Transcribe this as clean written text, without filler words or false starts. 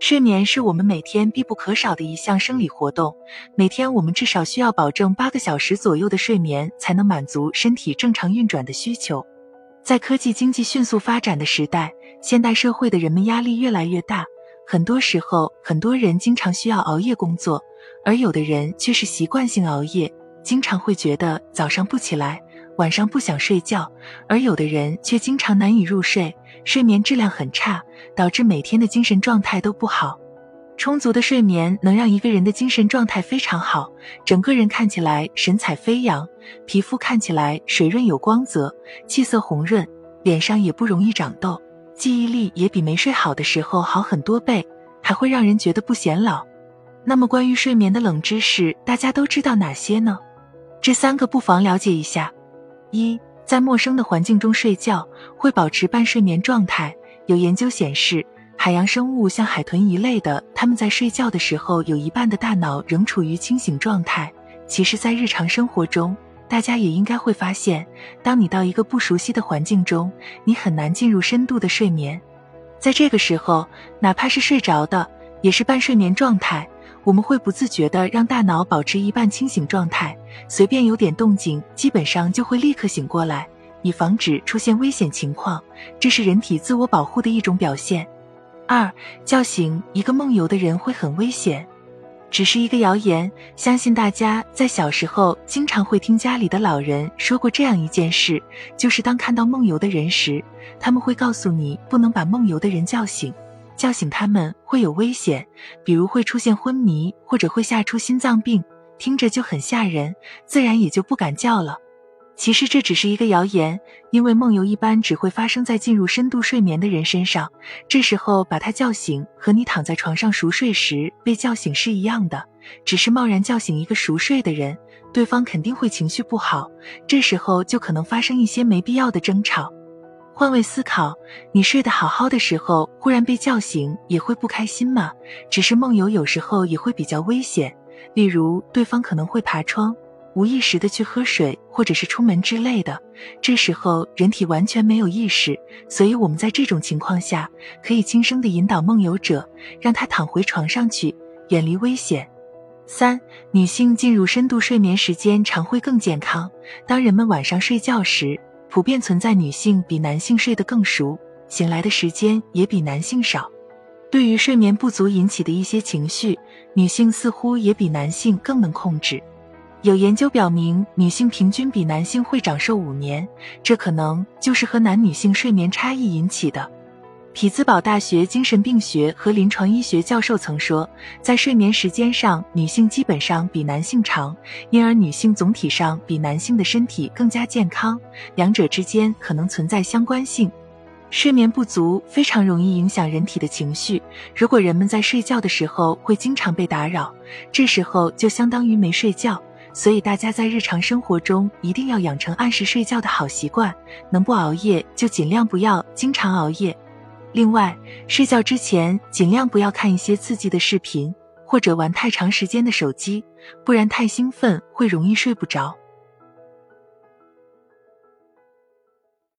睡眠是我们每天必不可少的一项生理活动，每天我们至少需要保证8个小时左右的睡眠，才能满足身体正常运转的需求。在科技经济迅速发展的时代，现代社会的人们压力越来越大，很多时候很多人经常需要熬夜工作，而有的人却是习惯性熬夜，经常会觉得早上不起来，晚上不想睡觉，而有的人却经常难以入睡，睡眠质量很差，导致每天的精神状态都不好。充足的睡眠能让一个人的精神状态非常好，整个人看起来神采飞扬，皮肤看起来水润有光泽，气色红润，脸上也不容易长痘，记忆力也比没睡好的时候好很多倍，还会让人觉得不显老。那么关于睡眠的冷知识，大家都知道哪些呢？这3个不妨了解一下。1. 在陌生的环境中睡觉会保持半睡眠状态。有研究显示，海洋生物像海豚一类的，它们在睡觉的时候有一半的大脑仍处于清醒状态。其实在日常生活中，大家也应该会发现，当你到一个不熟悉的环境中，你很难进入深度的睡眠。在这个时候，哪怕是睡着的，也是半睡眠状态，我们会不自觉地让大脑保持一半清醒状态，随便有点动静，基本上就会立刻醒过来，以防止出现危险情况，这是人体自我保护的一种表现。2. 叫醒一个梦游的人会很危险。只是一个谣言，相信大家在小时候经常会听家里的老人说过这样一件事，就是当看到梦游的人时，他们会告诉你不能把梦游的人叫醒，叫醒他们会有危险，比如会出现昏迷，或者会吓出心脏病，听着就很吓人，自然也就不敢叫了。其实这只是一个谣言，因为梦游一般只会发生在进入深度睡眠的人身上，这时候把他叫醒和你躺在床上熟睡时被叫醒是一样的，只是贸然叫醒一个熟睡的人，对方肯定会情绪不好，这时候就可能发生一些没必要的争吵。换位思考，你睡得好好的时候忽然被叫醒也会不开心吗？只是梦游有时候也会比较危险，例如对方可能会爬窗，无意识的去喝水或者是出门之类的，这时候人体完全没有意识，所以我们在这种情况下可以轻声地引导梦游者，让他躺回床上去，远离危险。3. 女性进入深度睡眠时间常会更健康。当人们晚上睡觉时，普遍存在女性比男性睡得更熟，醒来的时间也比男性少。对于睡眠不足引起的一些情绪，女性似乎也比男性更能控制。有研究表明，女性平均比男性会长寿5年，这可能就是和男女性睡眠差异引起的。匹兹堡大学精神病学和临床医学教授曾说，在睡眠时间上，女性基本上比男性长，因而女性总体上比男性的身体更加健康，两者之间可能存在相关性。睡眠不足非常容易影响人体的情绪，如果人们在睡觉的时候会经常被打扰，这时候就相当于没睡觉，所以大家在日常生活中一定要养成按时睡觉的好习惯，能不熬夜就尽量不要经常熬夜。另外，睡觉之前尽量不要看一些刺激的视频，或者玩太长时间的手机，不然太兴奋会容易睡不着。